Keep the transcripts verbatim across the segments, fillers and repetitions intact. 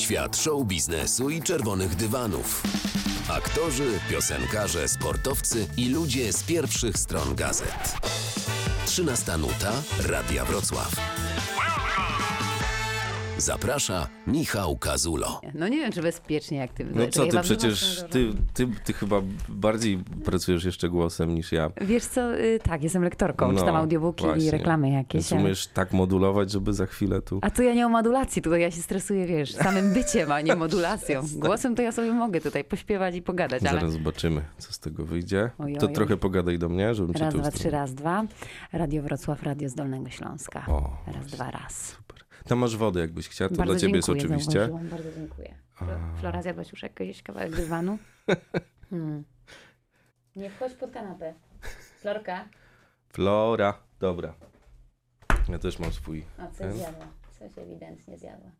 Świat show biznesu i czerwonych dywanów. Aktorzy, piosenkarze, sportowcy i ludzie z pierwszych stron gazet. Trzynasta nuta Radia Wrocław. Zaprasza Michał Kazulo. No nie wiem, czy bezpiecznie jak ty. No co ty, przecież ty, ty, ty chyba bardziej pracujesz jeszcze głosem niż ja. Wiesz co, y, tak, jestem lektorką, No, czytam audiobooki właśnie. i reklamy jakieś. Więc ale- umiesz tak modulować, żeby za chwilę tu... A tu ja nie o modulacji, tutaj ja się stresuję, wiesz, samym byciem, a nie modulacją. Głosem to ja sobie mogę tutaj pośpiewać i pogadać, ale... Zaraz zobaczymy, co z tego wyjdzie. Oj, To oj, trochę oj. pogadaj do mnie, żebym cię Raz, tu... dwa, trzy, raz, dwa. Radio Wrocław, Radio z Dolnego Śląska. O, Raz, dwa, raz. super. Tam masz wodę, jakbyś chciała, to Bardzo dla ciebie jest dziękuję, oczywiście. zauważyłam, bardzo dziękuję. Flo- Flora, zjadłaś już jakiś kawałek dywanu? Hmm. Nie wchodź pod kanapę. Florka, Flora, dobra. Ja też mam swój. a coś Ten? zjadła? Coś ewidentnie zjadła.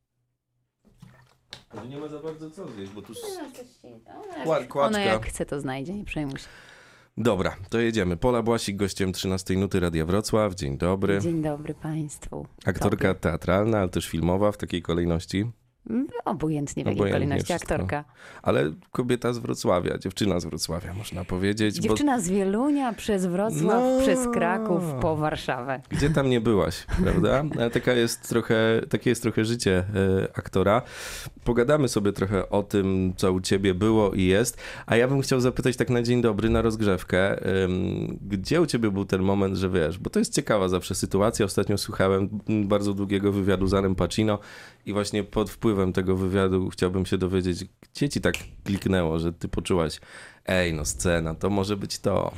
Ale nie ma za bardzo co zjeść, bo tu... No, coś ci... Ona Kła- jak, kłaczka. ona jak chce, to znajdzie, nie przejmuj się. Dobra, to jedziemy. Pola Błasik, gościem trzynastej nuty Radia Wrocław. Dzień dobry. Dzień dobry Państwu. Aktorka Tobie. teatralna, ale też filmowa w takiej kolejności. Obojętnie w jakiej Obojętnie kolejności wszystko. aktorka. Ale kobieta z Wrocławia, dziewczyna z Wrocławia, można powiedzieć. Dziewczyna z Wielunia przez Wrocław, No. przez Kraków po Warszawę. Bo gdzie tam nie byłaś, prawda? Ale taka jest trochę, takie jest trochę życie e, aktora. Pogadamy sobie trochę o tym, co u ciebie było i jest. A ja bym chciał zapytać tak na dzień dobry, na rozgrzewkę. Ym, gdzie u ciebie był ten moment, że wiesz, bo to jest ciekawa zawsze sytuacja. Ostatnio słuchałem m, bardzo długiego wywiadu z Alem Pacino i właśnie pod wpływem tego wywiadu chciałbym się dowiedzieć, gdzie ci tak kliknęło, że ty poczułaś, ej, no scena, to może być to.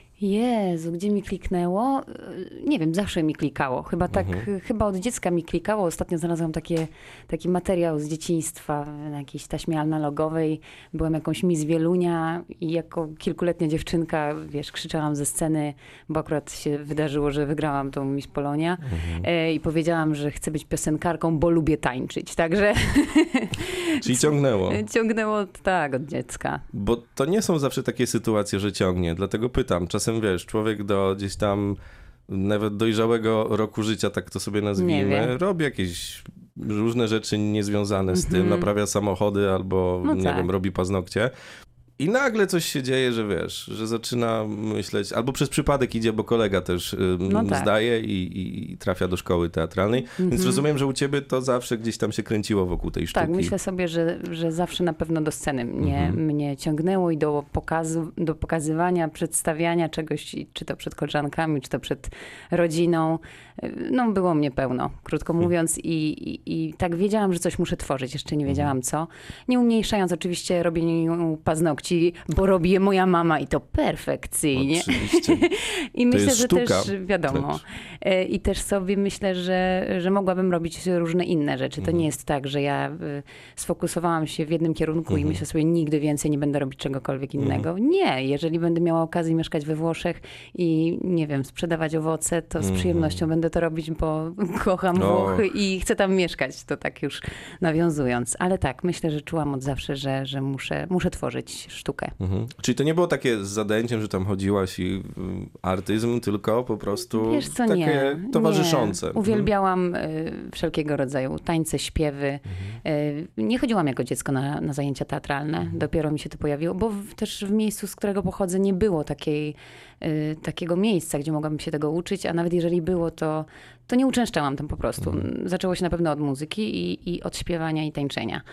Jezu, gdzie mi kliknęło? Nie wiem, zawsze mi klikało. Chyba tak, Mhm. chyba od dziecka mi klikało. Ostatnio znalazłam takie, taki materiał z dzieciństwa na jakiejś taśmie analogowej. Byłam jakąś Miss Wielunia i jako kilkuletnia dziewczynka, wiesz, krzyczałam ze sceny, bo akurat się wydarzyło, że wygrałam tą Miss Polonia e, i powiedziałam, że chcę być piosenkarką, bo lubię tańczyć. Także Czyli ciągnęło. ciągnęło tak od dziecka. Bo to nie są zawsze takie sytuacje, że ciągnie, dlatego pytam. Czasem wiesz, człowiek do gdzieś tam nawet dojrzałego roku życia, tak to sobie Nie nazwijmy, wiem. robi jakieś różne rzeczy niezwiązane z tym, Mhm. naprawia samochody albo, No nie tak. wiem, robi paznokcie. I nagle coś się dzieje, że wiesz, że zaczyna myśleć, albo przez przypadek idzie, bo kolega też ym, No tak. zdaje i, i, i trafia do szkoły teatralnej. Więc Mhm. rozumiem, że u ciebie to zawsze gdzieś tam się kręciło wokół tej sztuki. Tak, myślę sobie, że, że zawsze na pewno do sceny mnie, Mhm. mnie ciągnęło i do pokazu, do pokazywania, przedstawiania czegoś, i czy to przed koleżankami, czy to przed rodziną. No, było mnie pełno, krótko mówiąc, i, i, i tak wiedziałam, że coś muszę tworzyć. Jeszcze nie wiedziałam co. Nie umniejszając oczywiście robieniu paznokci, bo robi je moja mama i to perfekcyjnie. Oczywiście. I myślę, jest że sztuka też, wiadomo, też. E, i też sobie myślę, że, że mogłabym robić różne inne rzeczy. To nie jest tak, że ja y, sfokusowałam się w jednym kierunku i myślę sobie, nigdy więcej nie będę robić czegokolwiek innego. Nie, jeżeli będę miała okazję mieszkać we Włoszech i nie wiem, sprzedawać owoce, to z przyjemnością będę to robić, bo kocham Och. Włochy i chcę tam mieszkać, to tak już nawiązując. Ale tak, myślę, że czułam od zawsze, że, że muszę, muszę tworzyć sztukę. Mhm. Czyli to nie było takie z zadęciem, że tam chodziłaś i y, artyzm, tylko po prostu Wiesz co, takie nie, towarzyszące. Nie. Uwielbiałam y, wszelkiego rodzaju tańce, śpiewy. Y, nie chodziłam jako dziecko na, na zajęcia teatralne. Dopiero mi się to pojawiło, bo w, też w miejscu, z którego pochodzę, nie było takiej, y, takiego miejsca, gdzie mogłabym się tego uczyć, a nawet jeżeli było, to, to nie uczęszczałam tam po prostu. Zaczęło się na pewno od muzyki i, i od śpiewania i tańczenia.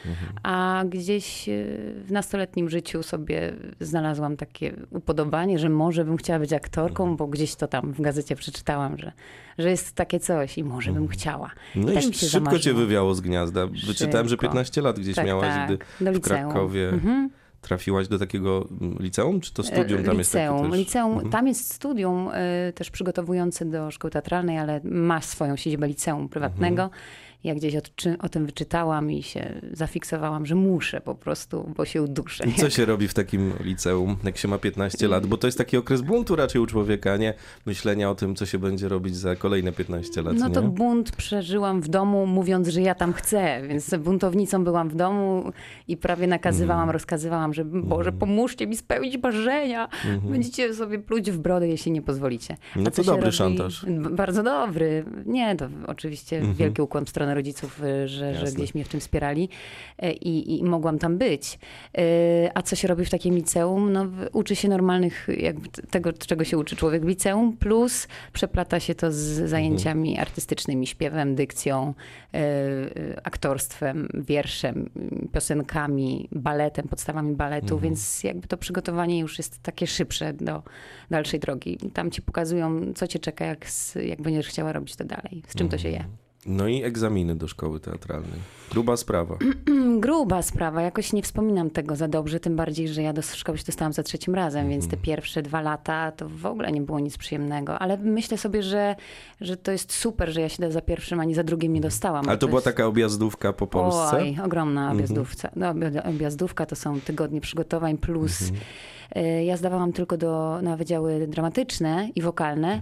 A gdzieś y, w nastoletnim życiu sobie znalazłam takie upodobanie, że może bym chciała być aktorką, bo gdzieś to tam w gazecie przeczytałam, że, że jest takie coś i może bym chciała. No I tak i mi się szybko cię zamarzyło. wywiało z gniazda. Wyczytałem, że Szybko. piętnaście lat gdzieś Tak, miałaś, tak. gdy Do w liceum. Krakowie Mhm. trafiłaś do takiego mm, liceum, czy to studium tam jest liceum. takie też? liceum. Mhm. Tam jest studium y, też przygotowujące do szkoły teatralnej, ale ma swoją siedzibę liceum prywatnego. Mhm. Ja gdzieś o, czy, o tym wyczytałam i się zafiksowałam, że muszę po prostu, bo się uduszę. I co się robi w takim liceum, jak się ma piętnaście lat? Bo to jest taki okres buntu raczej u człowieka, nie myślenia o tym, co się będzie robić za kolejne piętnaście lat, No to nie? bunt przeżyłam w domu, mówiąc, że ja tam chcę, więc buntownicą byłam w domu i prawie nakazywałam, Mhm. rozkazywałam, że Boże, pomóżcie mi spełnić marzenia. Będziecie sobie pluć w brodę, jeśli nie pozwolicie. No A co to się dobry robi? szantaż. B- Bardzo dobry. Nie, to oczywiście Mhm. wielki ukłon w stronę strony rodziców, że, że Jasne. gdzieś mnie w tym wspierali i, i mogłam tam być. A co się robi w takim liceum? No, uczy się normalnych, jakby tego, czego się uczy człowiek w liceum, plus przeplata się to z zajęciami mhm. artystycznymi, śpiewem, dykcją, aktorstwem, wierszem, piosenkami, baletem, podstawami baletu, mhm. więc jakby to przygotowanie już jest takie szybsze do dalszej drogi. Tam ci pokazują, co cię czeka, jak, jak będziesz chciała robić to dalej, z czym mhm. to się je. No i egzaminy do szkoły teatralnej. Gruba sprawa. Gruba sprawa. Jakoś nie wspominam tego za dobrze, tym bardziej, że ja do szkoły się dostałam za trzecim razem, mm. więc te pierwsze dwa lata to w ogóle nie było nic przyjemnego. Ale myślę sobie, że, że to jest super, że ja się za pierwszym ani za drugim nie dostałam. Ale to, to była jest... taka objazdówka po Polsce? Oj, ogromna objazdówka. No, objazdówka to są tygodnie przygotowań plus mm-hmm. ja zdawałam tylko do, na wydziały dramatyczne i wokalne.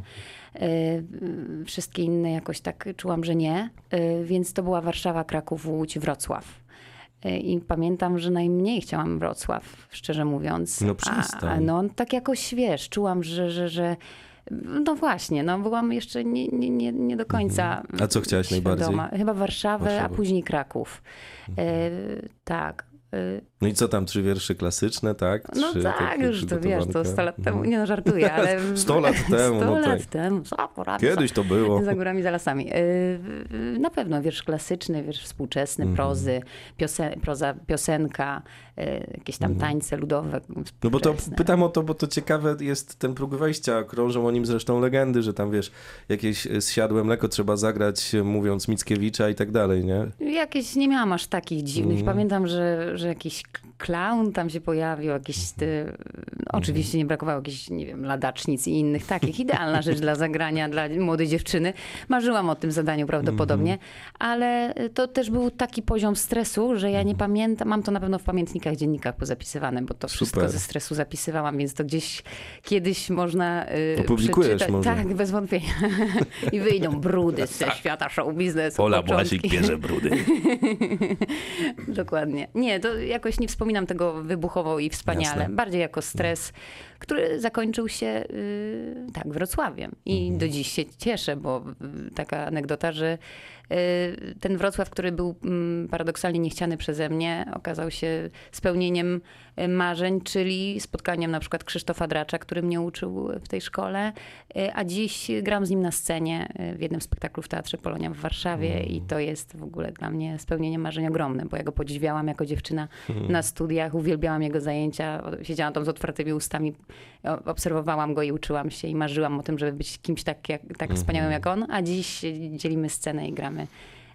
Wszystkie inne jakoś tak czułam, że nie. Więc to była Warszawa, Kraków, Łódź, Wrocław. I pamiętam, że najmniej chciałam Wrocław, szczerze mówiąc. No przestań. A, no tak jakoś, wiesz, czułam, że, że, że no właśnie, no byłam jeszcze nie, nie, nie, nie do końca A co chciałaś świadoma. najbardziej? Chyba Warszawę, Warszawa. a później Kraków. Mhm. E, tak. No i co tam, trzy wiersze klasyczne, tak? No trzy, tak, już to wiesz, to sto lat temu, nie no żartuję, ale... sto lat temu, sto no lat tak. temu, co poradza. Kiedyś to było. Za górami, za lasami. Na pewno wiersz klasyczny, wiersz współczesny, mm. prozy, piosen proza, piosenka, jakieś tam tańce ludowe. No bo to pytam o to, bo to ciekawe jest ten próg wejścia. Krążą o nim zresztą legendy, że tam wiesz, jakieś zsiadłe mleko trzeba zagrać, mówiąc Mickiewicza i tak dalej, nie? Jakieś, nie miałam aż takich dziwnych. Mm. Pamiętam, że, że jakiś klaun tam się pojawił, jakieś, ty, oczywiście nie brakowało jakichś, nie wiem, ladacznic i innych takich. Idealna rzecz dla zagrania, dla młodej dziewczyny. Marzyłam o tym zadaniu prawdopodobnie, mm. ale to też był taki poziom stresu, że ja nie pamiętam, mam to na pewno w pamiętnikach, dziennikach pozapisywane, bo to wszystko Super. ze stresu zapisywałam, więc to gdzieś kiedyś można yy, opublikujesz przeczytać. może. Tak, bez wątpienia. I wyjdą brudy ze świata show biznesu. Ola Błasik bierze brudy. Dokładnie. Nie, to jakoś nie wspominam tego wybuchowo i wspaniale. Jasne. Bardziej jako stres, który zakończył się yy, tak, Wrocławiem. I mhm. do dziś się cieszę, bo yy, taka anegdota, że yy, ten Wrocław, który był yy, paradoksalnie niechciany przeze mnie, okazał się spełnieniem yy, marzeń, czyli spotkaniem na przykład Krzysztofa Dracza, który mnie uczył w tej szkole, yy, a dziś gram z nim na scenie yy, w jednym spektaklu w Teatrze Polonia w Warszawie mhm. i to jest w ogóle dla mnie spełnienie marzeń ogromne, bo ja go podziwiałam jako dziewczyna mhm. na studiach, uwielbiałam jego zajęcia, siedziałam tam z otwartymi ustami, obserwowałam go i uczyłam się i marzyłam o tym, żeby być kimś tak, jak, tak mm-hmm. wspaniałym jak on, a dziś dzielimy scenę i gramy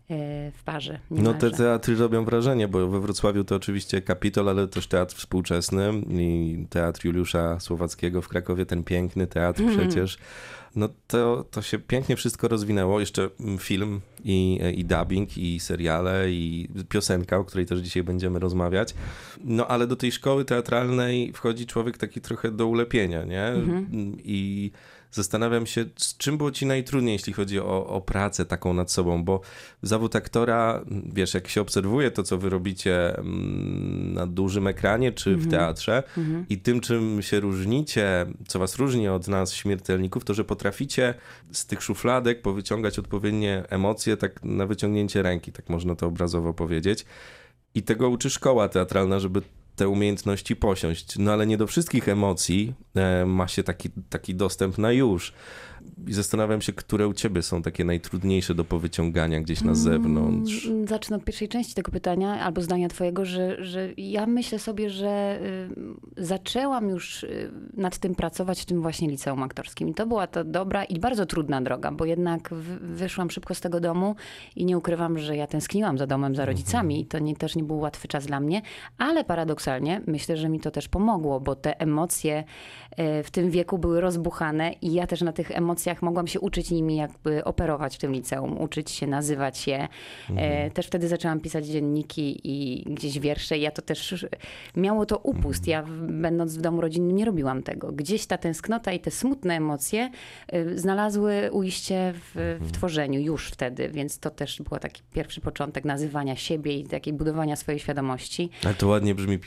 w parze. No te teatry robią wrażenie, bo we Wrocławiu to oczywiście Kapitol, ale też teatr współczesny i teatr Juliusza Słowackiego w Krakowie, ten piękny teatr mm. przecież. No to, to się pięknie wszystko rozwinęło. Jeszcze film i, i dubbing, i seriale, i piosenka, o której też dzisiaj będziemy rozmawiać. No ale do tej szkoły teatralnej wchodzi człowiek taki trochę do ulepienia, nie? Mm-hmm. I zastanawiam się, z czym było ci najtrudniej, jeśli chodzi o, o pracę taką nad sobą, bo zawód aktora, wiesz, jak się obserwuje to, co wy robicie na dużym ekranie, czy mm-hmm. w teatrze mm-hmm. i tym, czym się różnicie, co was różni od nas, śmiertelników, to, że potraficie z tych szufladek powyciągać odpowiednie emocje, tak na wyciągnięcie ręki, tak można to obrazowo powiedzieć. I tego uczy szkoła teatralna, żeby te umiejętności posiąść. No ale nie do wszystkich emocji e, ma się taki, taki dostęp na już. I zastanawiam się, które u ciebie są takie najtrudniejsze do powyciągania gdzieś na zewnątrz. Zacznę od pierwszej części tego pytania, albo zdania twojego, że, że ja myślę sobie, że y, zaczęłam już y, nad tym pracować w tym właśnie liceum aktorskim. I to była to dobra i bardzo trudna droga, bo jednak w, wyszłam szybko z tego domu i nie ukrywam, że ja tęskniłam za domem, za rodzicami. I to nie, też nie był łatwy czas dla mnie, ale paradoksalnie myślę, że mi to też pomogło, bo te emocje y, w tym wieku były rozbuchane i ja też na tych emocjach mogłam się uczyć nimi jakby operować w tym liceum, uczyć się, nazywać je. Mhm. E, też wtedy zaczęłam pisać dzienniki i gdzieś wiersze. Ja to też, miało to upust. Ja będąc w domu rodzinnym nie robiłam tego. Gdzieś ta tęsknota i te smutne emocje y, znalazły ujście w, mhm. w tworzeniu już wtedy, więc to też był taki pierwszy początek nazywania siebie i takiej budowania swojej świadomości. Ale to ładnie brzmi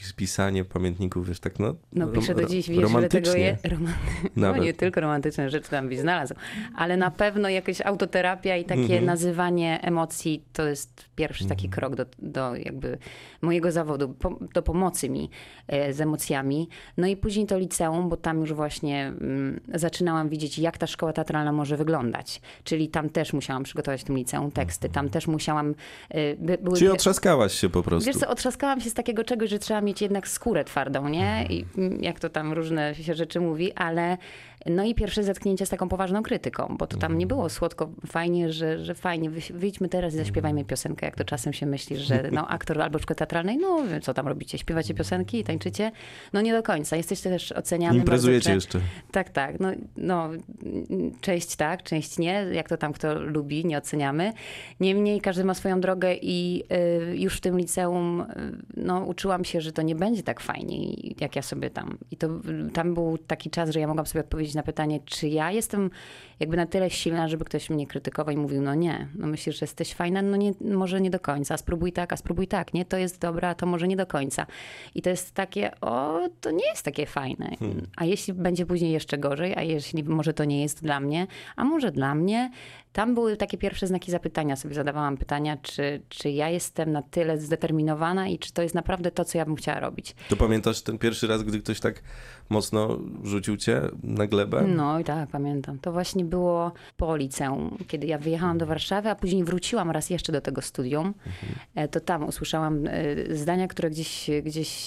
pisanie pamiętników, wiesz, tak no... No piszę do dziś, wiesz, że tego jest... Romanty... No nie tylko romantyczne rzeczy tam byś znalazł, ale na pewno jakaś autoterapia i takie mhm. nazywanie emocji to jest pierwszy taki krok do, do jakby mojego zawodu, po, do pomocy mi e, z emocjami. No i później to liceum, bo tam już właśnie mm, zaczynałam widzieć, jak ta szkoła teatralna może wyglądać. Czyli tam też musiałam przygotować w tym liceum teksty, tam też musiałam... E, by, były... Czyli otrzaskałaś się po prostu. Wiesz co, otrzaskałam się z takiego czegoś, że trzeba mieć jednak skórę twardą, nie? I jak to tam różne się rzeczy mówi, ale no i pierwsze zetknięcie z taką poważną krytyką, bo to tam nie było słodko, fajnie, że, że fajnie, wyjdźmy teraz i zaśpiewajmy piosenkę, jak to czasem się myślisz, że no aktor albo szkoły teatralnej, no co tam robicie, śpiewacie piosenki i tańczycie? No nie do końca, jesteście też oceniany. Imprezujecie bardzo, jeszcze. Tak, tak, no, no część tak, część nie, jak to tam kto lubi, nie oceniamy. Niemniej każdy ma swoją drogę i y, już w tym liceum y, no, uczyłam się, że to nie będzie tak fajnie, jak ja sobie tam. I to tam był taki czas, że ja mogłam sobie odpowiedzieć na pytanie, czy ja jestem jakby na tyle silna, żeby ktoś mnie krytykował i mówił, no nie, no myślisz, że jesteś fajna, no nie, może nie do końca, a spróbuj tak, a spróbuj tak, nie, to jest dobra, a to może nie do końca. I to jest takie, o, to nie jest takie fajne. Hmm. A jeśli będzie później jeszcze gorzej, a jeśli może to nie jest dla mnie, a może dla mnie, tam były takie pierwsze znaki zapytania, sobie zadawałam pytania, czy, czy ja jestem na tyle zdeterminowana i czy to jest naprawdę to, co ja bym chciała robić. To pamiętasz ten pierwszy raz, gdy ktoś tak mocno rzucił cię na glebę? No i tak, pamiętam. To właśnie było po liceum, kiedy ja wyjechałam do Warszawy, a później wróciłam raz jeszcze do tego studium. Mhm. To tam usłyszałam zdania, które gdzieś, gdzieś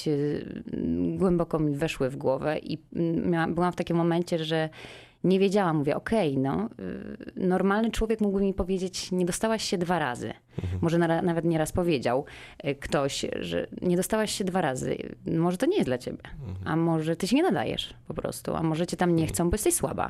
głęboko mi weszły w głowę i miałam, byłam w takim momencie, że nie wiedziałam, mówię, okej, okay, no, normalny człowiek mógłby mi powiedzieć, nie dostałaś się dwa razy. Mhm. Może na, nawet nieraz powiedział ktoś, że nie dostałaś się dwa razy. Może to nie jest dla ciebie. Mhm. A może ty się nie nadajesz po prostu. A może cię tam nie chcą, bo jesteś słaba.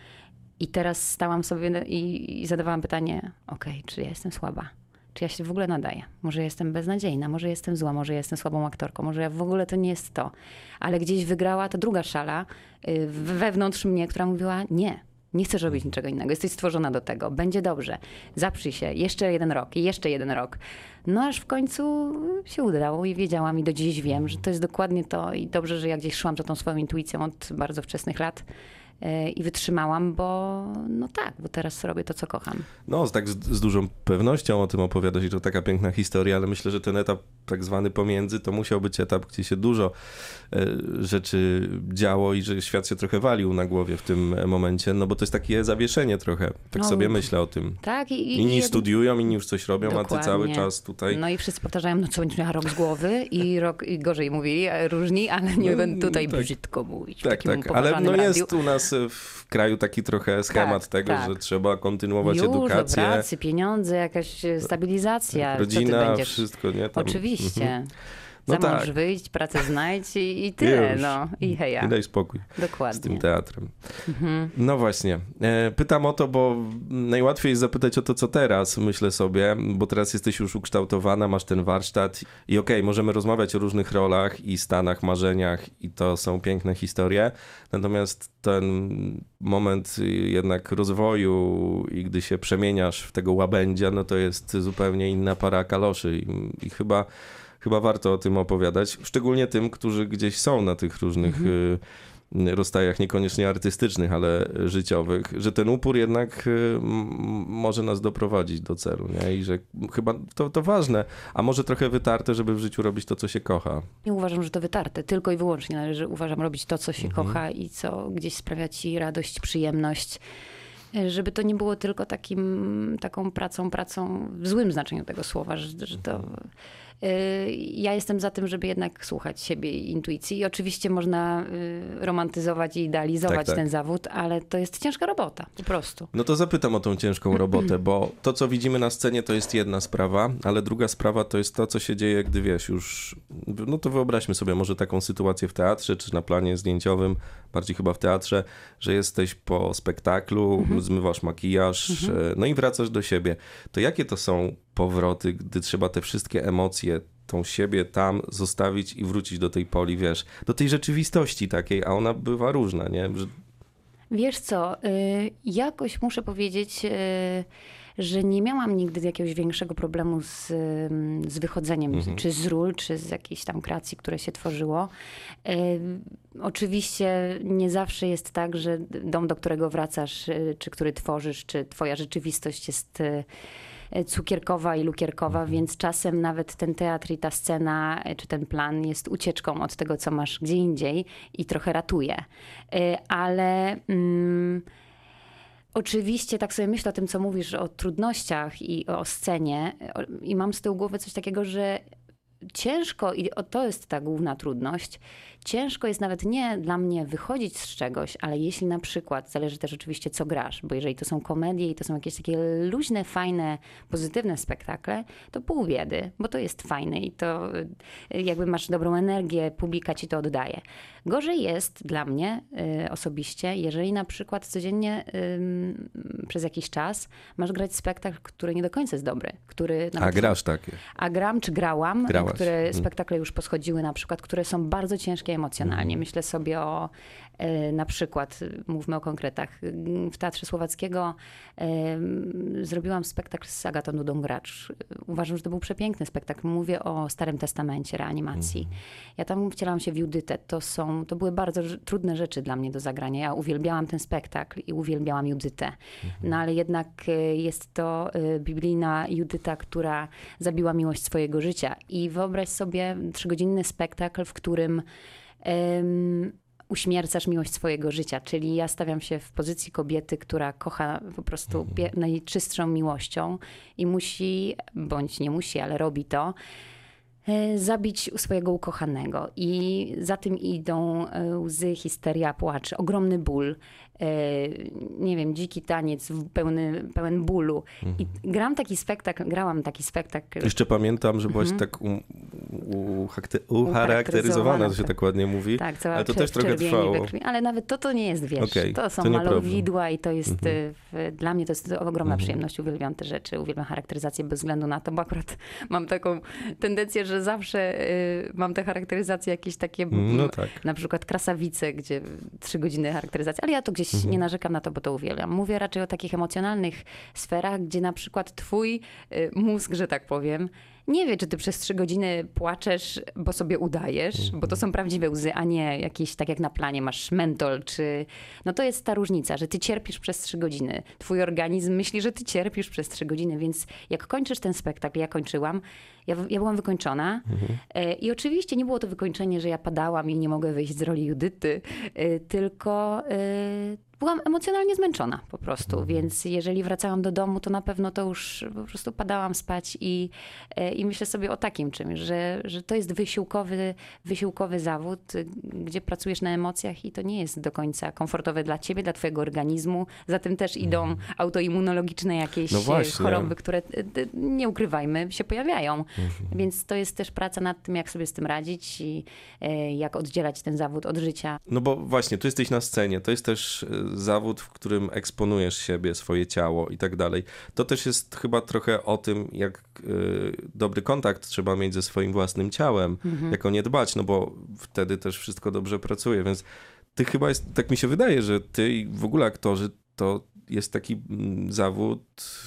I teraz stałam sobie i, i zadawałam pytanie, okej, okay, czy ja jestem słaba? Czy ja się w ogóle nadaję? Może jestem beznadziejna, może jestem zła, może jestem słabą aktorką, może ja w ogóle to nie jest to. Ale gdzieś wygrała ta druga szala yy, wewnątrz mnie, która mówiła, nie, nie chcesz robić niczego innego, jesteś stworzona do tego, będzie dobrze, zaprzyj się, jeszcze jeden rok i jeszcze jeden rok. No aż w końcu się udało i wiedziałam i do dziś wiem, że to jest dokładnie to i dobrze, że ja gdzieś szłam za tą swoją intuicją od bardzo wczesnych lat. I wytrzymałam, bo no tak, bo teraz robię to, co kocham. No, tak z, z dużą pewnością o tym opowiadasz i to taka piękna historia, ale myślę, że ten etap tak zwany pomiędzy, to musiał być etap, gdzie się dużo e, rzeczy działo i że świat się trochę walił na głowie w tym momencie, no bo to jest takie zawieszenie trochę, tak no, sobie myślę o tym. Tak. I, i, inni i studiują, inni już coś robią, dokładnie. A ty cały czas tutaj... No i wszyscy powtarzają, no co, będziesz miała rok z głowy i rok i gorzej mówili, różni, ale nie no, będę tutaj tak. brzydko mówić. Tak, tak, ale no radiu. Jest u nas w kraju taki trochę schemat tak, tego, tak. że trzeba kontynuować Już, edukację. Do pracy, pieniądze, jakaś stabilizacja. Rodzina, co ty będziesz? Wszystko, nie? Tam. Oczywiście. Mhm. No za mąż tak. wyjść, pracę znajdź i, i tyle, Już. no. I heja. I daj spokój. Dokładnie. Z tym teatrem. Mhm. No właśnie. Pytam o to, bo najłatwiej jest zapytać o to, co teraz, myślę sobie, bo teraz jesteś już ukształtowana, masz ten warsztat i okej, okay, możemy rozmawiać o różnych rolach i stanach, marzeniach i to są piękne historie, natomiast ten moment jednak rozwoju i gdy się przemieniasz w tego łabędzia, no to jest zupełnie inna para kaloszy i, i chyba Chyba warto o tym opowiadać, szczególnie tym, którzy gdzieś są na tych różnych mhm. rozstajach, niekoniecznie artystycznych, ale życiowych, że ten upór jednak może nas doprowadzić do celu, nie? I że chyba to, to ważne, a może trochę wytarte, żeby w życiu robić to, co się kocha. Nie uważam, że to wytarte, tylko i wyłącznie należy, uważam, robić to, co się mhm. kocha i co gdzieś sprawia ci radość, przyjemność. Żeby to nie było tylko takim, taką pracą, pracą w złym znaczeniu tego słowa, że, że to... Ja jestem za tym, żeby jednak słuchać siebie i intuicji. I oczywiście można romantyzować i idealizować tak, tak. ten zawód, ale to jest ciężka robota, po prostu. No to zapytam o tą ciężką robotę, bo to, co widzimy na scenie, to jest jedna sprawa, ale druga sprawa to jest to, co się dzieje, gdy wiesz już... No to wyobraźmy sobie może taką sytuację w teatrze, czy na planie zdjęciowym, bardziej chyba w teatrze, że jesteś po spektaklu, mhm. zmywasz makijaż, mhm. no i wracasz do siebie. To jakie to są powroty, gdy trzeba te wszystkie emocje, tą siebie tam zostawić i wrócić do tej poli, wiesz, do tej rzeczywistości takiej, a ona bywa różna, nie? Że... Wiesz co, y, jakoś muszę powiedzieć, y, że nie miałam nigdy jakiegoś większego problemu z, z wychodzeniem, Mhm. czy z ról, czy z jakiejś tam kreacji, które się tworzyło. E, oczywiście nie zawsze jest tak, że dom, do którego wracasz, e, czy który tworzysz, czy twoja rzeczywistość jest e, cukierkowa i lukierkowa, Mhm. więc czasem nawet ten teatr i ta scena, e, czy ten plan jest ucieczką od tego, co masz gdzie indziej i trochę ratuje. E, ale... Mm, Oczywiście tak sobie myślę o tym, co mówisz o trudnościach i o scenie o- i mam z tyłu głowy coś takiego, że ciężko, i o- to jest ta główna trudność, ciężko jest nawet nie dla mnie wychodzić z czegoś, ale jeśli na przykład, zależy też oczywiście co grasz, bo jeżeli to są komedie i to są jakieś takie luźne, fajne, pozytywne spektakle, to pół biedy, bo to jest fajne i to y, jakby masz dobrą energię, publika ci to oddaje. Gorzej jest dla mnie y, osobiście, jeżeli na przykład codziennie ym, przez jakiś czas masz grać spektakl, który nie do końca jest dobry, który... A nawet- grasz takie. a gram czy grałam, Grałaś. które Mhm. spektakle już poschodziły na przykład, które są bardzo ciężkie emocjonalnie. Mhm. Myślę sobie o e, na przykład, mówmy o konkretach, w Teatrze Słowackiego e, zrobiłam spektakl z Agatą Dudą-Gracz. Uważam, że to był przepiękny spektakl. Mówię o Starym Testamencie, reanimacji. Mhm. Ja tam wcielałam się w Judytę. To, są, to były bardzo rz- trudne rzeczy dla mnie do zagrania. Ja uwielbiałam ten spektakl i uwielbiałam Judytę. Mhm. No ale jednak e, jest to e, biblijna Judyta, która zabiła miłość swojego życia. I wyobraź sobie trzygodzinny spektakl, w którym em, uśmiercasz miłość swojego życia. Czyli ja stawiam się w pozycji kobiety, która kocha po prostu pie- najczystszą miłością i musi, bądź nie musi, ale robi to, e, zabić swojego ukochanego. I za tym idą e, łzy, histeria, płacz, ogromny ból. e, Nie wiem, dziki taniec w pełny, pełen bólu. I gram taki spektakl, grałam taki spektakl. Jeszcze pamiętam, że byłaś Mhm. tak u, u, hakty- ucharakteryzowana, to się tak ładnie mówi. Tak, cała Ale to czer- też trochę czerwieni trwało. we krwi. Ale nawet to, to nie jest, wiesz, Okej, to są to nie problem. malowidła i to jest, Mhm. y, w, dla mnie to jest ogromna Mhm. przyjemność. Uwielbiam te rzeczy, uwielbiam charakteryzację bez względu na to, bo akurat mam taką tendencję, że zawsze y, mam te charakteryzacje jakieś takie, No tak. na przykład Krasawice, gdzie trzy godziny charakteryzacji, ale ja to gdzieś Mhm. nie narzekam na to, bo to uwielbiam. Mówię raczej o takich emocjonalnych sferach, gdzie na przykład twój y, mózg, że tak powiem, nie wie, czy ty przez trzy godziny płaczesz, bo sobie udajesz, bo to są prawdziwe łzy, a nie jakieś, tak jak na planie, masz mentol, czy... No to jest ta różnica, że ty cierpisz przez trzy godziny. Twój organizm myśli, że ty cierpisz przez trzy godziny, więc jak kończysz ten spektakl, ja kończyłam, ja, ja byłam wykończona e, i oczywiście nie było to wykończenie, że ja padałam i nie mogę wyjść z roli Judyty, e, tylko... E, byłam emocjonalnie zmęczona po prostu, więc jeżeli wracałam do domu, to na pewno to już po prostu padałam spać i, e, i myślę sobie o takim czymś, że, że to jest wysiłkowy, wysiłkowy zawód, y, gdzie pracujesz na emocjach i to nie jest do końca komfortowe dla ciebie, dla twojego organizmu. Za tym też idą autoimmunologiczne jakieś No e, właśnie. choroby, które, e, e, nie ukrywajmy, się pojawiają. Więc to jest też praca nad tym, jak sobie z tym radzić i e, jak oddzielać ten zawód od życia. No bo właśnie, tu jesteś na scenie, to jest też e, zawód, w którym eksponujesz siebie, swoje ciało i tak dalej. To też jest chyba trochę o tym, jak e, dobry kontakt trzeba mieć ze swoim własnym ciałem, jak o nie dbać, no bo wtedy też wszystko dobrze pracuje, więc ty chyba jest, tak mi się wydaje, że ty i w ogóle aktorzy to jest taki mm, zawód,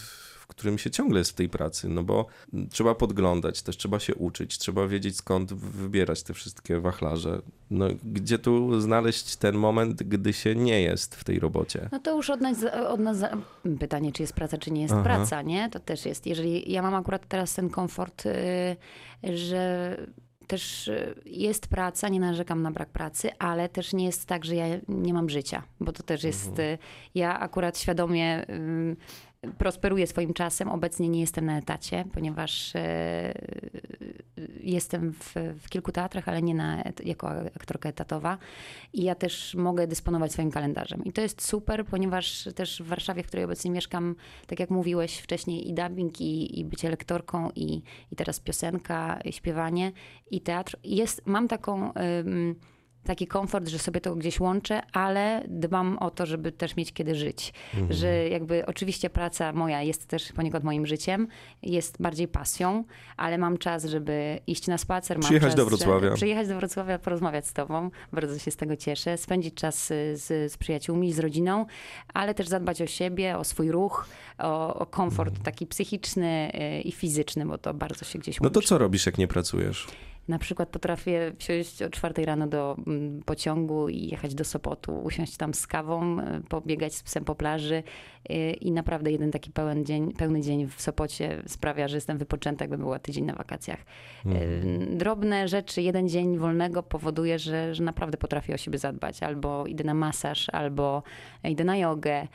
w którym się ciągle jest w tej pracy, no bo trzeba podglądać, też trzeba się uczyć, trzeba wiedzieć skąd wybierać te wszystkie wachlarze. No gdzie tu znaleźć ten moment, gdy się nie jest w tej robocie? No to już od nas, od nas za- pytanie, czy jest praca, czy nie jest Aha. praca, nie? To też jest. Jeżeli ja mam akurat teraz ten komfort, y, że też y, jest praca, nie narzekam na brak pracy, ale też nie jest tak, że ja nie mam życia, bo to też jest, y, ja akurat świadomie y, prosperuję swoim czasem. Obecnie nie jestem na etacie, ponieważ e, jestem w, w kilku teatrach, ale nie na, et- jako aktorka etatowa. I ja też mogę dysponować swoim kalendarzem. I to jest super, ponieważ też w Warszawie, w której obecnie mieszkam, tak jak mówiłeś wcześniej, i dubbing, i, i bycie lektorką, i, i teraz piosenka, i śpiewanie, i teatr. Jest, mam taką... ym, taki komfort, że sobie to gdzieś łączę, ale dbam o to, żeby też mieć kiedy żyć. Mhm. Że jakby oczywiście praca moja jest też poniekąd moim życiem, jest bardziej pasją, ale mam czas, żeby iść na spacer. Mam przyjechać czas, do Wrocławia. Przyjechać do Wrocławia, porozmawiać z tobą. Bardzo się z tego cieszę. Spędzić czas z, z przyjaciółmi, z rodziną, ale też zadbać o siebie, o swój ruch, o, o komfort mhm. taki psychiczny i fizyczny, bo to bardzo się gdzieś łączy. No to co robisz, jak nie pracujesz? Na przykład potrafię wsiąść o czwartej rano do pociągu i jechać do Sopotu, usiąść tam z kawą, pobiegać z psem po plaży i naprawdę jeden taki pełen dzień, pełny dzień w Sopocie sprawia, że jestem wypoczęta, jakby była tydzień na wakacjach. Mhm. Drobne rzeczy, jeden dzień wolnego powoduje, że, że naprawdę potrafię o siebie zadbać. Albo idę na masaż, albo idę na jogę,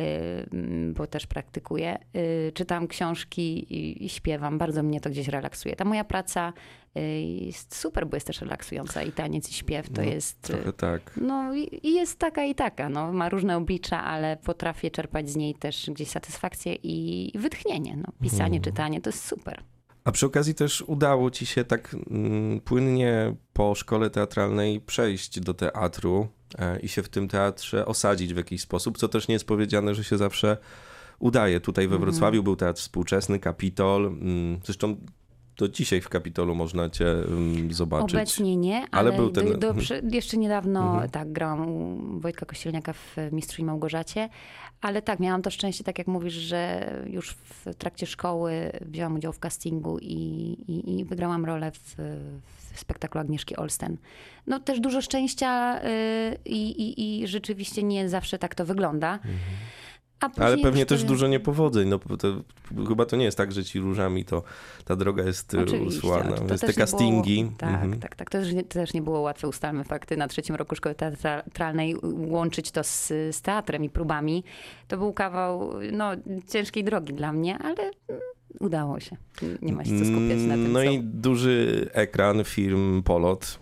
bo też praktykuję. Czytam książki i, i śpiewam. Bardzo mnie to gdzieś relaksuje. Ta moja praca jest super, bo jest też relaksująca i taniec i śpiew to no, jest... Trochę tak. No i, i jest taka i taka. No, ma różne oblicza, ale potrafię czerpać z niej też gdzieś satysfakcję i wytchnienie. No, pisanie, hmm. czytanie to jest super. A przy okazji też udało ci się tak mm, płynnie po szkole teatralnej przejść do teatru e, i się w tym teatrze osadzić w jakiś sposób, co też nie jest powiedziane, że się zawsze udaje. Tutaj we Wrocławiu mm. był teatr współczesny, Kapitol. Mm, zresztą do dzisiaj w Kapitolu można cię um, zobaczyć. Obecnie nie, ale, ale był ten... do, do, mhm. jeszcze niedawno mhm. tak grałam u Wojtka Kościelniaka w Mistrzu i Małgorzacie, ale tak, miałam to szczęście, tak jak mówisz, że już w trakcie szkoły wzięłam udział w castingu i, i, i wygrałam rolę w, w spektaklu Agnieszki Olsen. No też dużo szczęścia yy, i, i rzeczywiście nie zawsze tak to wygląda. Mhm. Ale pewnie też dużo niepowodzeń. No, to, chyba to nie jest tak, że ci różami to ta droga jest usłana. To jest te castingi. Było, tak, mhm. tak, tak. To też, nie, to też nie było łatwe, ustalmy fakty. Na trzecim roku szkoły teatralnej łączyć to z, z teatrem i próbami. To był kawał no, ciężkiej drogi dla mnie, ale udało się. Nie ma się co skupiać na tym, No co... i duży ekran, film Polot.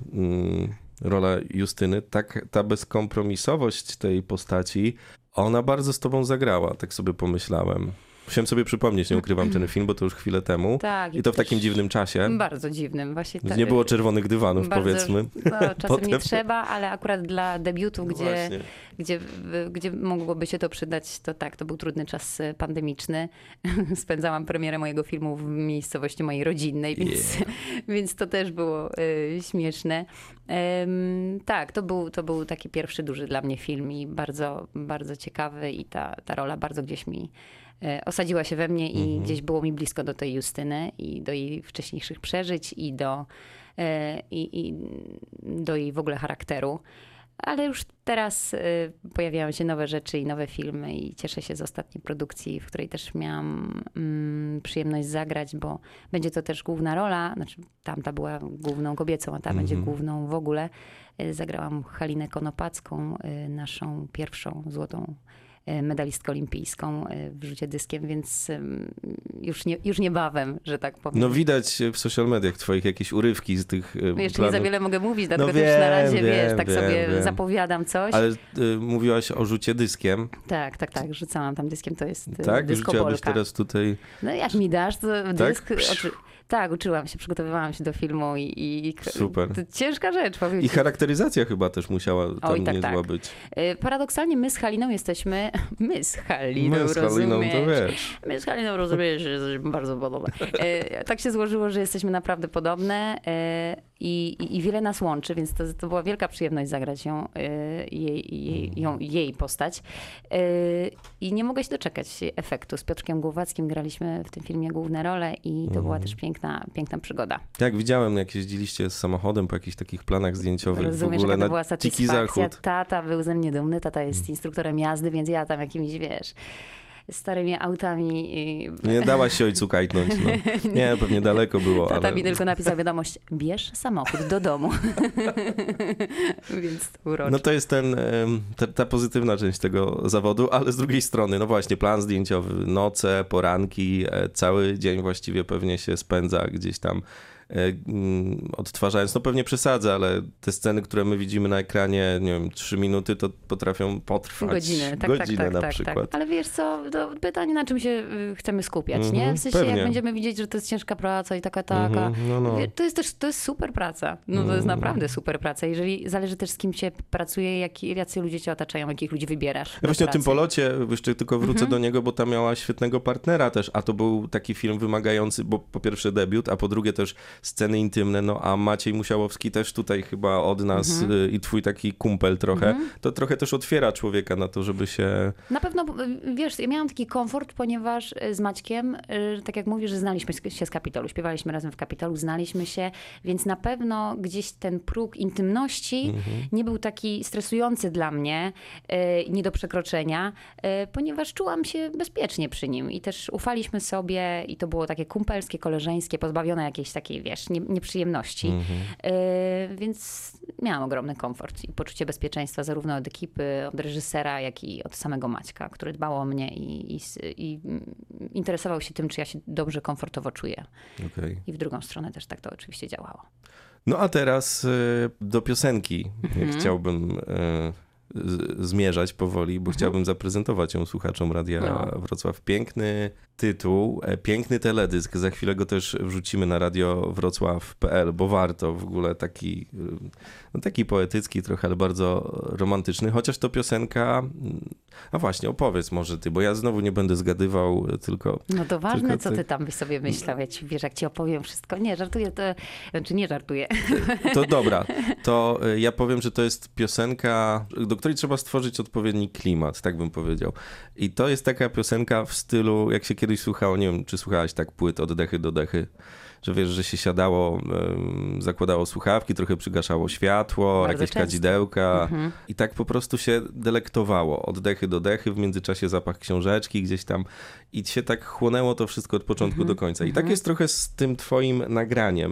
Rola Justyny. Tak, ta bezkompromisowość tej postaci, ona bardzo z tobą zagrała, tak sobie pomyślałem. Musiałem sobie przypomnieć, nie ukrywam ten film, bo to już chwilę temu. Tak, i to w takim dziwnym czasie. Bardzo dziwnym. Właśnie tak. Nie było czerwonych dywanów, bardzo, powiedzmy. No, czasem Potem... nie trzeba, ale akurat dla debiutu, gdzie, gdzie, gdzie mogłoby się to przydać, to tak, to był trudny czas pandemiczny. Spędzałam premierę mojego filmu w miejscowości mojej rodzinnej, więc, yeah. więc to też było y, śmieszne. Um, tak, to był, to był taki pierwszy duży dla mnie film i bardzo, bardzo ciekawy i ta, ta rola bardzo gdzieś mi osadziła się we mnie i mhm. gdzieś było mi blisko do tej Justyny i do jej wcześniejszych przeżyć i do, i, i do jej w ogóle charakteru. Ale już teraz pojawiają się nowe rzeczy i nowe filmy i cieszę się z ostatniej produkcji, w której też miałam mm, przyjemność zagrać, bo będzie to też główna rola, znaczy tamta była główną kobiecą, a ta mhm. będzie główną w ogóle. Zagrałam Halinę Konopacką, naszą pierwszą złotą medalistkę olimpijską w rzucie dyskiem, więc już, nie, już niebawem, że tak powiem. No widać w social mediach twoich jakieś urywki z tych no jeszcze planów. Nie za wiele mogę mówić, dlatego no też wiem, na razie, wiem, wiesz, tak wiem, sobie wiem. zapowiadam coś. Ale y, mówiłaś o rzucie dyskiem. Tak, tak, tak, rzucałam tam dyskiem, to jest tak? dyskobolka. Rzuciłabyś teraz tutaj... No jak mi dasz, to dysk... Tak? Oczy... Tak, uczyłam się, przygotowywałam się do filmu i... i Super. To ciężka rzecz, powiem. I charakteryzacja chyba też musiała tam Oj, tak, niezła tak. być. Paradoksalnie my z Haliną jesteśmy... My z Haliną, My z Haliną, to wiesz. My z Haliną, rozumiesz, że jesteśmy bardzo podobne. Tak się złożyło, że jesteśmy naprawdę podobne i, i, i wiele nas łączy, więc to, to była wielka przyjemność zagrać ją, jej, jej, ją, jej postać. I nie mogę się doczekać efektu. Z Piotrkiem Głowackim graliśmy w tym filmie główne role i to była też piękna, piękna przygoda. Tak, widziałem, jak jeździliście z samochodem po jakichś takich planach zdjęciowych. Rozumiesz, w ogóle jaka to na była Dziki satysfakcja. Zachód. Tata był ze mnie dumny, tata jest instruktorem jazdy, więc ja tam jakimiś, wiesz, starymi autami. Nie dałaś się ojcu kajtnąć. No. Nie, pewnie daleko było. Tata ale... mi tylko napisał wiadomość, bierz samochód do domu. Więc to urocze. No to jest ten, ta, ta pozytywna część tego zawodu, ale z drugiej strony, no właśnie, plan zdjęciowy, noce, poranki, cały dzień właściwie pewnie się spędza gdzieś tam odtwarzając, no pewnie przesadzę, ale te sceny, które my widzimy na ekranie, nie wiem, trzy minuty, to potrafią potrwać Godzinę, tak, godzinę tak, tak, na tak, przykład. Tak. Ale wiesz co, to pytanie, na czym się y, chcemy skupiać, Mm-hmm, nie? W sensie, pewnie. jak będziemy widzieć, że to jest ciężka praca i taka, taka. Mm-hmm, no, no. To jest też, to jest super praca. No to jest Mm. naprawdę super praca. Jeżeli zależy też z kim się pracuje, jak, jacy ludzie cię otaczają, jakich ludzi wybierasz. Ja właśnie pracy. o tym polocie jeszcze tylko wrócę Mhm. do niego, bo tam miała świetnego partnera też, a to był taki film wymagający, bo po pierwsze debiut, a po drugie też sceny intymne, no a Maciej Musiałowski też tutaj chyba od nas Mhm. y, i twój taki kumpel trochę, Mhm. to trochę też otwiera człowieka na to, żeby się... Na pewno, wiesz, ja miałam taki komfort, ponieważ z Maćkiem, y, tak jak mówisz, że znaliśmy się z Kapitolu, śpiewaliśmy razem w Kapitolu, znaliśmy się, więc na pewno gdzieś ten próg intymności Mhm. nie był taki stresujący dla mnie, y, nie do przekroczenia, y, ponieważ czułam się bezpiecznie przy nim i też ufaliśmy sobie i to było takie kumpelskie, koleżeńskie, pozbawione jakiejś takiej, wiesz, nie, nieprzyjemności. Mhm. Y, więc miałam ogromny komfort i poczucie bezpieczeństwa zarówno od ekipy, od reżysera, jak i od samego Maćka, który dbał o mnie i, i, i interesował się tym, czy ja się dobrze, komfortowo czuję. Okay. I w drugą stronę też tak to oczywiście działało. No a teraz y, do piosenki Mhm. chciałbym y, z, zmierzać powoli, bo Mhm. chciałbym zaprezentować ją słuchaczom Radia No. Wrocław. Piękny tytuł, e, piękny teledysk. Za chwilę go też wrzucimy na radio wrocław kropka p l, bo warto. W ogóle taki, y, no taki poetycki trochę, ale bardzo romantyczny. Chociaż to piosenka... A właśnie, opowiedz może ty, bo ja znowu nie będę zgadywał, tylko... No to ważne, tylko co ty- ty tam byś sobie myślał. Ja ci, wiesz, jak ci opowiem wszystko. Nie, żartuję, to... Znaczy nie żartuję. To dobra, to y, ja powiem, że to jest piosenka, do której trzeba stworzyć odpowiedni klimat, tak bym powiedział. I to jest taka piosenka w stylu, jak się kiedyś słuchało, nie wiem, czy słuchałaś tak płyt od dechy do dechy, że wiesz, że się siadało, ym, zakładało słuchawki, trochę przygaszało światło, Bardzo jakieś często. kadzidełka Mhm. i tak po prostu się delektowało od dechy do dechy, w międzyczasie zapach książeczki gdzieś tam i się tak chłonęło to wszystko od początku Mhm. do końca. I Mhm. tak jest trochę z tym twoim nagraniem,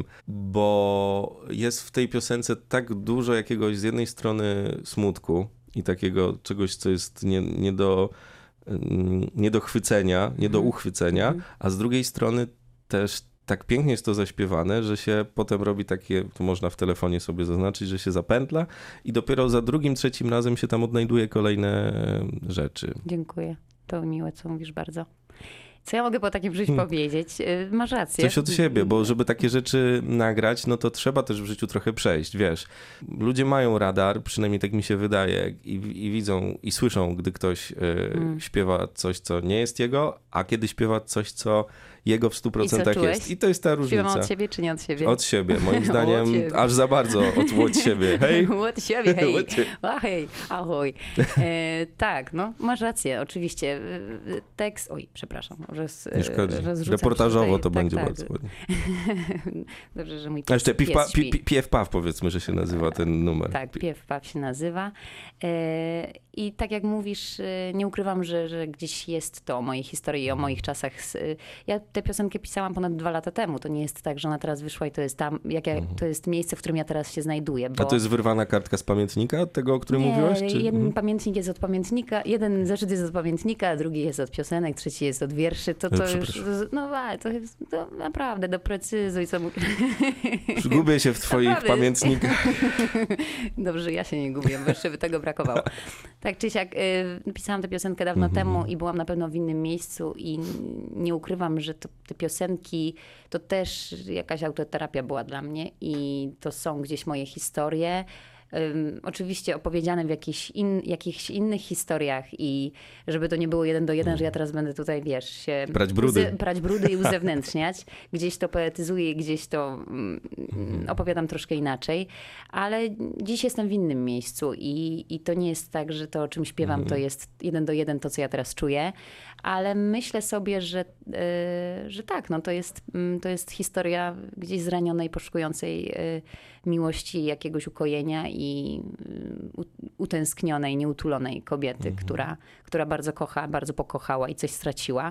bo jest w tej piosence tak dużo jakiegoś z jednej strony smutku i takiego czegoś, co jest nie, nie do ym, nie do chwycenia, nie do Mhm. uchwycenia, Mhm. a z drugiej strony też tak pięknie jest to zaśpiewane, że się potem robi takie, to można w telefonie sobie zaznaczyć, że się zapętla i dopiero za drugim, trzecim razem się tam odnajduje kolejne rzeczy. Dziękuję. To miłe, co mówisz bardzo. Co ja mogę po takim życiu Hmm. powiedzieć? Y, Masz rację. Coś od siebie, bo żeby takie rzeczy nagrać, no to trzeba też w życiu trochę przejść, wiesz. Ludzie mają radar, przynajmniej tak mi się wydaje, i, i widzą, i słyszą, gdy ktoś y, Mm. śpiewa coś, co nie jest jego, a kiedy śpiewa coś, co jego w stu procentach czułeś? jest. I to jest ta różnica. Śpiewam od siebie, czy nie od siebie? Od siebie, moim zdaniem, Od siebie. aż za bardzo od, od siebie. Hej! Od siebie, hej. Od siebie. A hej, ahoj. E, tak, no, masz rację, oczywiście. E, Tekst, oj, przepraszam. Roz, Nie szkodzi. rozrzucam Reportażowo tutaj. to tak, będzie tak. bardzo ładnie. Dobrze, że mój A pies, jeszcze piw, pies pa, śpi. pi, pi, P F P A W powiedzmy, że się nazywa ten numer. Tak, Piew Paw się nazywa. E, I tak jak mówisz, e, nie ukrywam, że, że gdzieś jest to o mojej historii i o moich czasach. z- e, Ja tę piosenkę pisałam ponad dwa lata temu. To nie jest tak, że ona teraz wyszła i to jest tam, jak ja, to jest miejsce, w którym ja teraz się znajduję. Bo... A to jest wyrwana kartka z pamiętnika, tego, o którym nie, mówiłaś? Czy... jeden Mhm. pamiętnik jest od pamiętnika, jeden zeszyt jest od pamiętnika, drugi jest od piosenek, trzeci jest od wierszy. To, No, to już, przepraszam. no ale to jest to naprawdę doprecyzuj, co mu... Gubię się w twoich Naprawdę. pamiętnikach. Dobrze, że ja się nie gubię, bo jeszcze by tego brakowało. Tak czy siak, y, pisałam tę piosenkę dawno Mhm. temu i byłam na pewno w innym miejscu i nie ukrywam, że to, te piosenki to też jakaś autoterapia była dla mnie i to są gdzieś moje historie. Ym, oczywiście opowiedziane w jakichś, in, jakichś innych historiach i żeby to nie było jeden do jeden, że ja teraz będę tutaj, wiesz, się... Brać brudy. Uze, brać brudy i uzewnętrzniać. Gdzieś to poetyzuję, gdzieś to mm, opowiadam troszkę inaczej, ale dziś jestem w innym miejscu i, i to nie jest tak, że to, o czym śpiewam, to jest jeden do jeden to, co ja teraz czuję, ale myślę sobie, że, yy, że tak, no to jest, mm, to jest historia gdzieś zranionej, poszukującej yy, miłości, jakiegoś ukojenia i yy, u- utęsknionej, nieutulonej kobiety, która, która bardzo kocha, bardzo pokochała i coś straciła.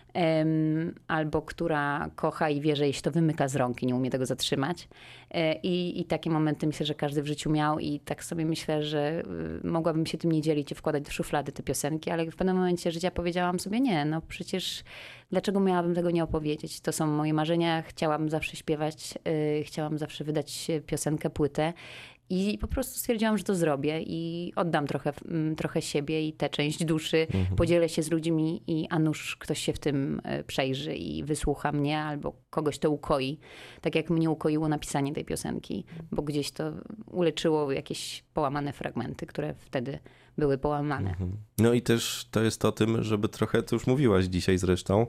Em, albo która kocha i wie, że jej się to wymyka z rąk i nie umie tego zatrzymać. E, I, I takie momenty myślę, że każdy w życiu miał i tak sobie myślę, że y, mogłabym się tym nie dzielić i wkładać do szuflady te piosenki, ale w pewnym momencie życia powiedziałam sobie, nie, no przecież Dlaczego miałabym tego nie opowiedzieć? To są moje marzenia, chciałam zawsze śpiewać, yy, chciałam zawsze wydać piosenkę, płytę. I po prostu stwierdziłam, że to zrobię i oddam trochę, trochę siebie i tę część duszy, mhm. podzielę się z ludźmi i a nuż ktoś się w tym przejrzy i wysłucha mnie albo kogoś to ukoi. Tak jak mnie ukoiło napisanie tej piosenki, bo gdzieś to uleczyło jakieś połamane fragmenty, które wtedy były połamane. Mhm. No i też to jest o tym, żeby trochę, to już mówiłaś dzisiaj zresztą,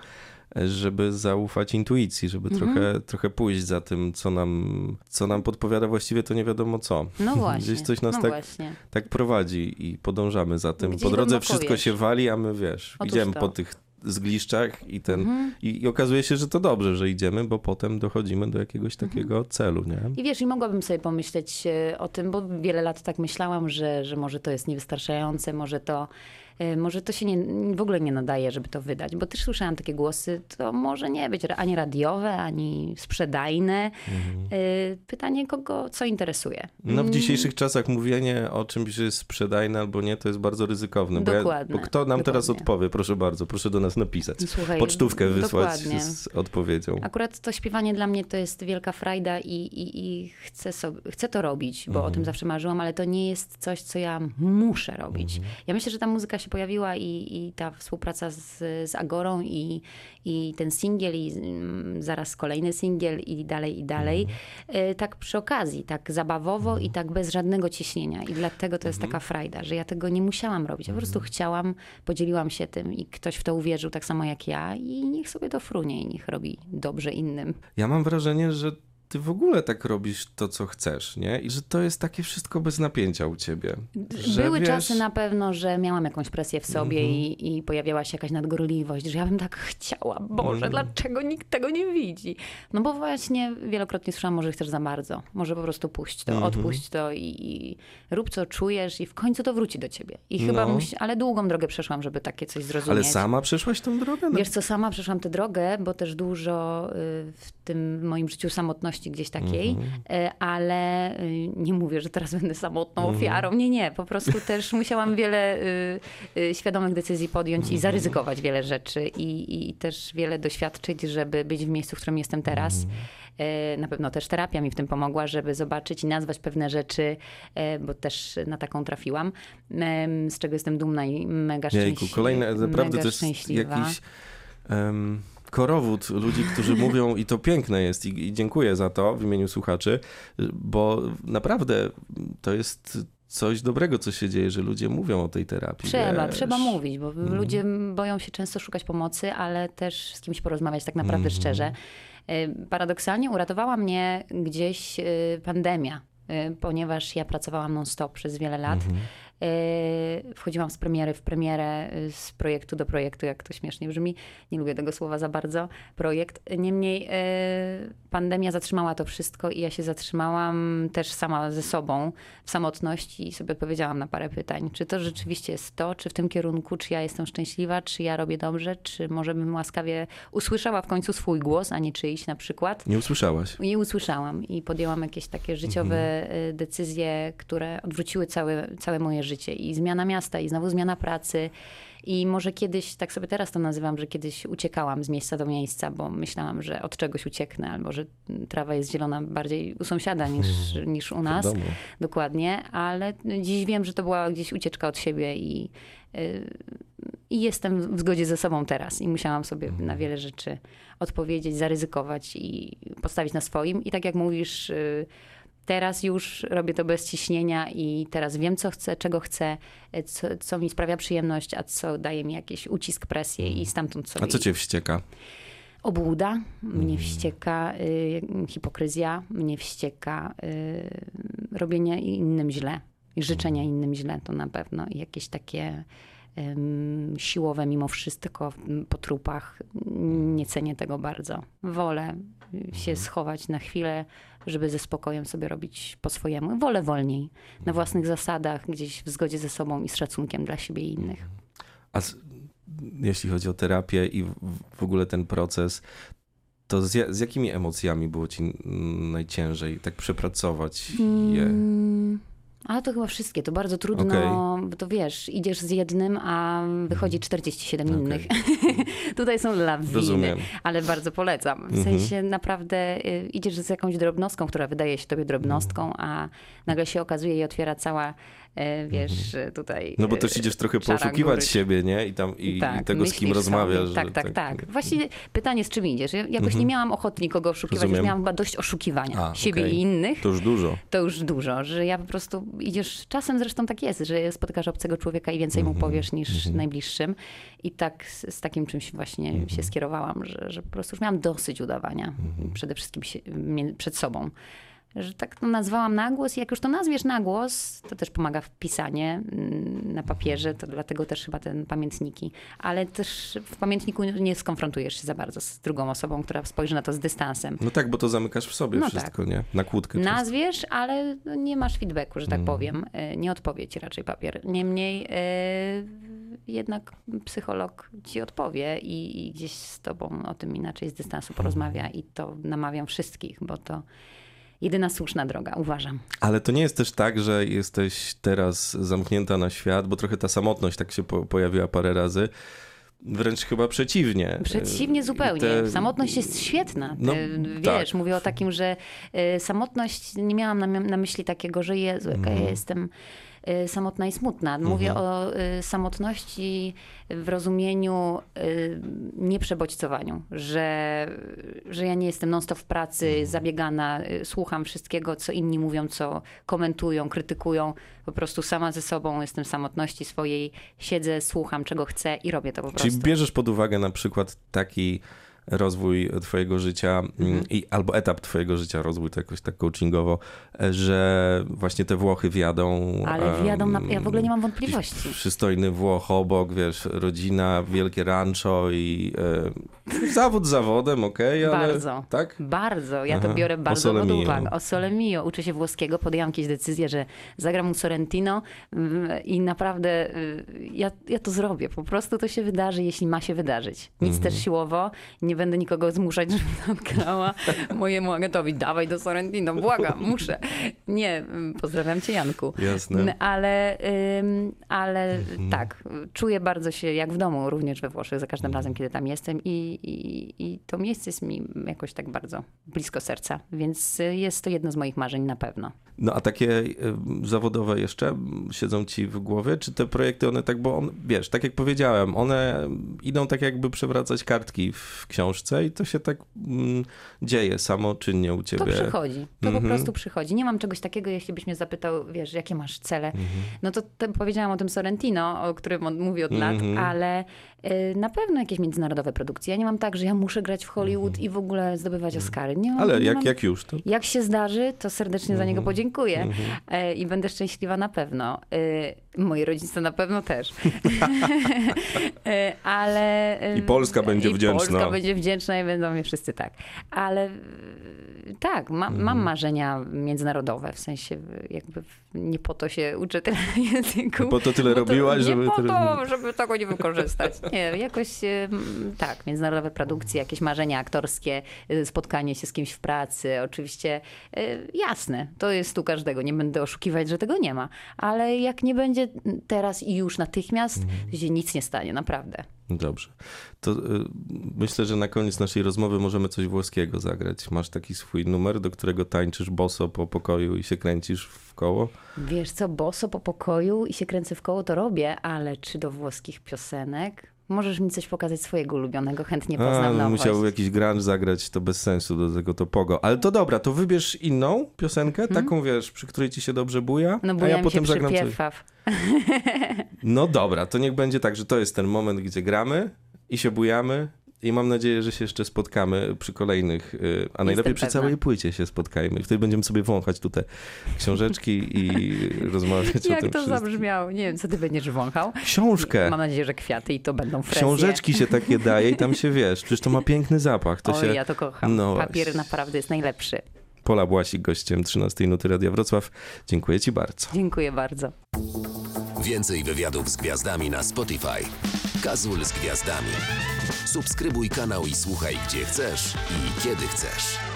żeby zaufać intuicji, żeby mhm. trochę, trochę pójść za tym, co nam, co nam podpowiada właściwie to nie wiadomo co. No właśnie. Gdzieś coś nas no tak, właśnie. tak prowadzi i podążamy za tym. Gdzieś po drodze głęboko wszystko wiesz. się wali, a my wiesz, Otóż idziemy to. po tych zgliszczach i ten Mhm. i, i okazuje się, że to dobrze, że idziemy, bo potem dochodzimy do jakiegoś takiego mhm. celu, nie? I wiesz, i mogłabym sobie pomyśleć o tym, bo wiele lat tak myślałam, że, że może to jest niewystarczające, może to Może to się nie, w ogóle nie nadaje, żeby to wydać, bo też słyszałam takie głosy, to może nie być ani radiowe, ani sprzedajne. Mhm. Pytanie, kogo co interesuje. No w dzisiejszych czasach mówienie o czymś, że jest sprzedajne albo nie, to jest bardzo ryzykowne. Dokładnie. Bo, ja, bo kto nam dokładnie. teraz odpowie? Proszę bardzo, proszę do nas napisać. Słuchaj, pocztówkę wysłać dokładnie. z odpowiedzią. Akurat to śpiewanie dla mnie to jest wielka frajda i, i, i chcę, sobie, chcę to robić, bo mhm. o tym zawsze marzyłam, ale to nie jest coś, co ja muszę robić. Mhm. Ja myślę, że ta muzyka się pojawiła i, i ta współpraca z, z Agorą i, i ten singiel i zaraz kolejny singiel i dalej, i dalej. Mhm. Tak przy okazji, tak zabawowo mhm. i tak bez żadnego ciśnienia. I dlatego to jest mhm. taka frajda, że ja tego nie musiałam robić. Ja po prostu chciałam, podzieliłam się tym i ktoś w to uwierzył tak samo jak ja i niech sobie to frunie i niech robi dobrze innym. Ja mam wrażenie, że ty w ogóle tak robisz to, co chcesz, nie? I że to jest takie wszystko bez napięcia u ciebie. Że Były wiesz... czasy na pewno, że miałam jakąś presję w sobie mm-hmm. i, i pojawiała się jakaś nadgorliwość, że ja bym tak chciała. Boże, mm-hmm. dlaczego nikt tego nie widzi? No bo właśnie wielokrotnie słyszałam, może chcesz za bardzo. Może po prostu puść to, mm-hmm. odpuść to i, i rób co czujesz i w końcu to wróci do ciebie. I chyba no. musi... Ale długą drogę przeszłam, żeby takie coś zrozumieć. Ale sama przeszłaś tę drogę? No. Wiesz co, sama przeszłam tę drogę, bo też dużo y, w tym moim życiu samotności gdzieś takiej, mm-hmm. ale nie mówię, że teraz będę samotną mm-hmm. ofiarą. Nie, nie. Po prostu też musiałam wiele y, y, świadomych decyzji podjąć mm-hmm. i zaryzykować wiele rzeczy i, i też wiele doświadczyć, żeby być w miejscu, w którym jestem teraz. Mm-hmm. Na pewno też terapia mi w tym pomogła, żeby zobaczyć i nazwać pewne rzeczy, bo też na taką trafiłam, z czego jestem dumna i mega szczęśliwa. Kolejne, naprawdę to jest jakiś... Um... korowód ludzi, którzy mówią i to piękne jest i, i dziękuję za to w imieniu słuchaczy, bo naprawdę to jest coś dobrego, co się dzieje, że ludzie mówią o tej terapii. Trzeba, wiesz. trzeba mówić, bo mm. ludzie boją się często szukać pomocy, ale też z kimś porozmawiać tak naprawdę mm. szczerze. Paradoksalnie uratowała mnie gdzieś pandemia, ponieważ ja pracowałam non-stop przez wiele lat. Mm-hmm. Wchodziłam z premiery w premierę, z projektu do projektu, jak to śmiesznie brzmi. Nie lubię tego słowa za bardzo, projekt. Niemniej pandemia zatrzymała to wszystko i ja się zatrzymałam też sama ze sobą w samotności i sobie odpowiedziałam na parę pytań. Czy to rzeczywiście jest to, czy w tym kierunku, czy ja jestem szczęśliwa, czy ja robię dobrze, czy może bym łaskawie usłyszała w końcu swój głos, a nie czyjś na przykład. Nie usłyszałaś? Nie usłyszałam i podjęłam jakieś takie życiowe mhm. decyzje, które odwróciły całe, całe moje życie. Życie. I zmiana miasta, i znowu zmiana pracy. I może kiedyś, tak sobie teraz to nazywam, że kiedyś uciekałam z miejsca do miejsca, bo myślałam, że od czegoś ucieknę, albo że trawa jest zielona bardziej u sąsiada niż, niż u nas. Dokładnie. Ale dziś wiem, że to była gdzieś ucieczka od siebie i, yy, i jestem w zgodzie ze sobą teraz. I musiałam sobie mhm. na wiele rzeczy odpowiedzieć, zaryzykować i postawić na swoim. I tak jak mówisz, yy, teraz już robię to bez ciśnienia i teraz wiem, co chcę, czego chcę, co, co mi sprawia przyjemność, a co daje mi jakiś ucisk, presję i stamtąd sobie... A co cię wścieka? Obłuda, mnie wścieka y, hipokryzja, mnie wścieka y, robienie innym źle i życzenia innym źle, to na pewno. I jakieś takie y, siłowe mimo wszystko po trupach. Nie cenię tego bardzo. Wolę się schować na chwilę, żeby ze spokojem sobie robić po swojemu. Wolę wolniej, na własnych zasadach, gdzieś w zgodzie ze sobą i z szacunkiem dla siebie i innych. A z, jeśli chodzi o terapię i w, w ogóle ten proces, to z, z jakimi emocjami było ci najciężej tak przepracować je? Hmm, A to chyba wszystkie, to bardzo trudno, Okay. bo to wiesz, idziesz z jednym, a wychodzi czterdzieści siedem Okay. innych. Tutaj są lawiny, Rozumiem. ale bardzo polecam. W Mhm. sensie naprawdę y, idziesz z jakąś drobnostką, która wydaje się tobie drobnostką, a nagle się okazuje i otwiera cała, y, wiesz, mhm. tutaj... No bo też idziesz trochę poszukiwać góry. siebie, nie? I, tam, i, tak, i tego, z kim myślisz rozmawiasz. sobie. Tak, że tak, tak. Właściwie pytanie, z czym idziesz. Ja jakoś mhm. nie miałam ochoty nikogo oszukiwać, Rozumiem. już miałam chyba dość oszukiwania A, siebie okay. i innych. To już dużo. To już dużo, że ja po prostu idziesz, czasem zresztą tak jest, że spotykasz obcego człowieka i więcej mu powiesz niż mm-hmm. najbliższym. I tak z, z takim czymś właśnie mm-hmm. się skierowałam, że, że po prostu już miałam dosyć udawania. Mm-hmm. Przede wszystkim się, przed sobą. Że tak to nazwałam na głos i jak już to nazwiesz na głos, to też pomaga wpisanie na papierze, to dlatego też chyba te pamiętniki. Ale też w pamiętniku nie skonfrontujesz się za bardzo z drugą osobą, która spojrzy na to z dystansem. No tak, bo to zamykasz w sobie no wszystko, tak. nie? Na kłódkę. Nazwiesz, ale nie masz feedbacku, że tak Mm. powiem. Nie odpowie ci raczej papier. Niemniej e, jednak psycholog ci odpowie i, i gdzieś z tobą o tym inaczej z dystansu porozmawia i to namawiam wszystkich, bo to jedyna słuszna droga, uważam. Ale to nie jest też tak, że jesteś teraz zamknięta na świat, bo trochę ta samotność tak się po- pojawiła parę razy. Wręcz chyba przeciwnie. Przeciwnie zupełnie. Te... Samotność jest świetna. No, Wiesz, tak. mówię o takim, że y, samotność, nie miałam na, na myśli takiego, że Jezu, jaka Mhm. ja jestem y, samotna i smutna. Mówię Mhm. o y, samotności w rozumieniu y, nieprzebodźcowaniu, że, że ja nie jestem non-stop w pracy, Mhm. zabiegana, y, słucham wszystkiego, co inni mówią, co komentują, krytykują. Po prostu sama ze sobą jestem w samotności swojej, siedzę, słucham, czego chcę i robię to po prostu. Czyli bierzesz pod uwagę na przykład taki rozwój twojego życia mhm. i, albo etap twojego życia, rozwój to jakoś tak coachingowo, że właśnie te Włochy wjadą. Ale wjadą, na, ja w ogóle nie mam wątpliwości. Przystojny Włoch obok, wiesz, rodzina, wielkie rancho i e, zawód zawodem, okej, okay, ale... Bardzo, tak? bardzo. Ja Aha. to biorę bardzo pod mio. uwagę. O sole mio. Uczę się włoskiego, podjęłam jakieś decyzje, że zagram u Sorrentino i naprawdę ja, ja to zrobię. Po prostu to się wydarzy, jeśli ma się wydarzyć. Nic Mhm. też siłowo. Nie będę nikogo zmuszać, żeby tam grała mojemu agentowi. Dawaj do Sorrentino, błagam, muszę. Nie, pozdrawiam cię, Janku. Jasne. Ale, ym, ale Mhm. tak, czuję bardzo się jak w domu, również we Włoszech, za każdym razem, kiedy tam jestem i, i, i to miejsce jest mi jakoś tak bardzo blisko serca, więc jest to jedno z moich marzeń na pewno. No a takie y, zawodowe jeszcze siedzą ci w głowie? Czy te projekty, one tak, bo on, wiesz, tak jak powiedziałem, one idą tak jakby przewracać kartki w książce i to się tak mm, dzieje samoczynnie u ciebie. To przychodzi, to Mhm. po prostu przychodzi. Nie mam czegoś takiego, jeśli byś mnie zapytał, wiesz, jakie masz cele. Mhm. No to te, powiedziałam o tym Sorrentino, o którym on mówi od lat, Mhm. ale y, na pewno jakieś międzynarodowe produkcje. Ja nie mam tak, że ja muszę grać w Hollywood i w ogóle zdobywać Oscary. Nie mam, Ale nie jak, mam... jak już, to... Jak się zdarzy, to serdecznie za niego podziękuję Mhm. e, i będę szczęśliwa na pewno. E, moi rodzice na pewno też. e, ale... e, I Polska będzie i wdzięczna. Polska będzie wdzięczna i będą mnie wszyscy tak. Ale e, tak, ma, Mhm. mam marzenia międzynarodowe, w sensie jakby nie po to się uczę tyle języków. Po to tyle bo robiłaś, nie żeby... po tyle- to, żeby tego nie wykorzystać. Nie, jakoś e, m, tak, międzynarodowe produkcje, jakieś marzenia aktorskie, e, spotkanie się z kimś w pracy, oczywiście e, jasne, to jest tu każdego, nie będę oszukiwać, że tego nie ma, ale jak nie będzie teraz i już natychmiast, to się nic nie stanie, naprawdę. Dobrze. To y, myślę, że na koniec naszej rozmowy możemy coś włoskiego zagrać. Masz taki swój numer, do którego tańczysz boso po pokoju i się kręcisz w koło? Wiesz co, boso po pokoju i się kręcę w koło, to robię, ale czy do włoskich piosenek? Możesz mi coś pokazać swojego ulubionego, chętnie poznam A, no, nowość. musiał jakiś grunge zagrać, to bez sensu do tego to pogo. Ale to dobra, to wybierz inną piosenkę, taką wiesz, przy której ci się dobrze buja, No bo a ja ja potem się zagram coś. przypiewaw. No dobra, to niech będzie tak, że to jest ten moment, gdzie gramy i się bujamy. I mam nadzieję, że się jeszcze spotkamy przy kolejnych, y, a najlepiej przy pewna. całej płycie się spotkajmy. Wtedy będziemy sobie wąchać tutaj książeczki i rozmawiać o Jak tym to wszystkim. zabrzmiało? Nie wiem, co ty będziesz wąchał. Książkę. Mam nadzieję, że kwiaty i to będą frezje. Książeczki się takie daje i tam się wiesz, przecież to ma piękny zapach. To Oj, się... ja to kocham. No Papier właśnie. naprawdę jest najlepszy. Pola Błasik, gościem trzynastej Nuty Radia Wrocław. Dziękuję ci bardzo. Dziękuję bardzo. Więcej wywiadów z gwiazdami na Spotify. Kazul z gwiazdami. Subskrybuj kanał i słuchaj gdzie chcesz i kiedy chcesz.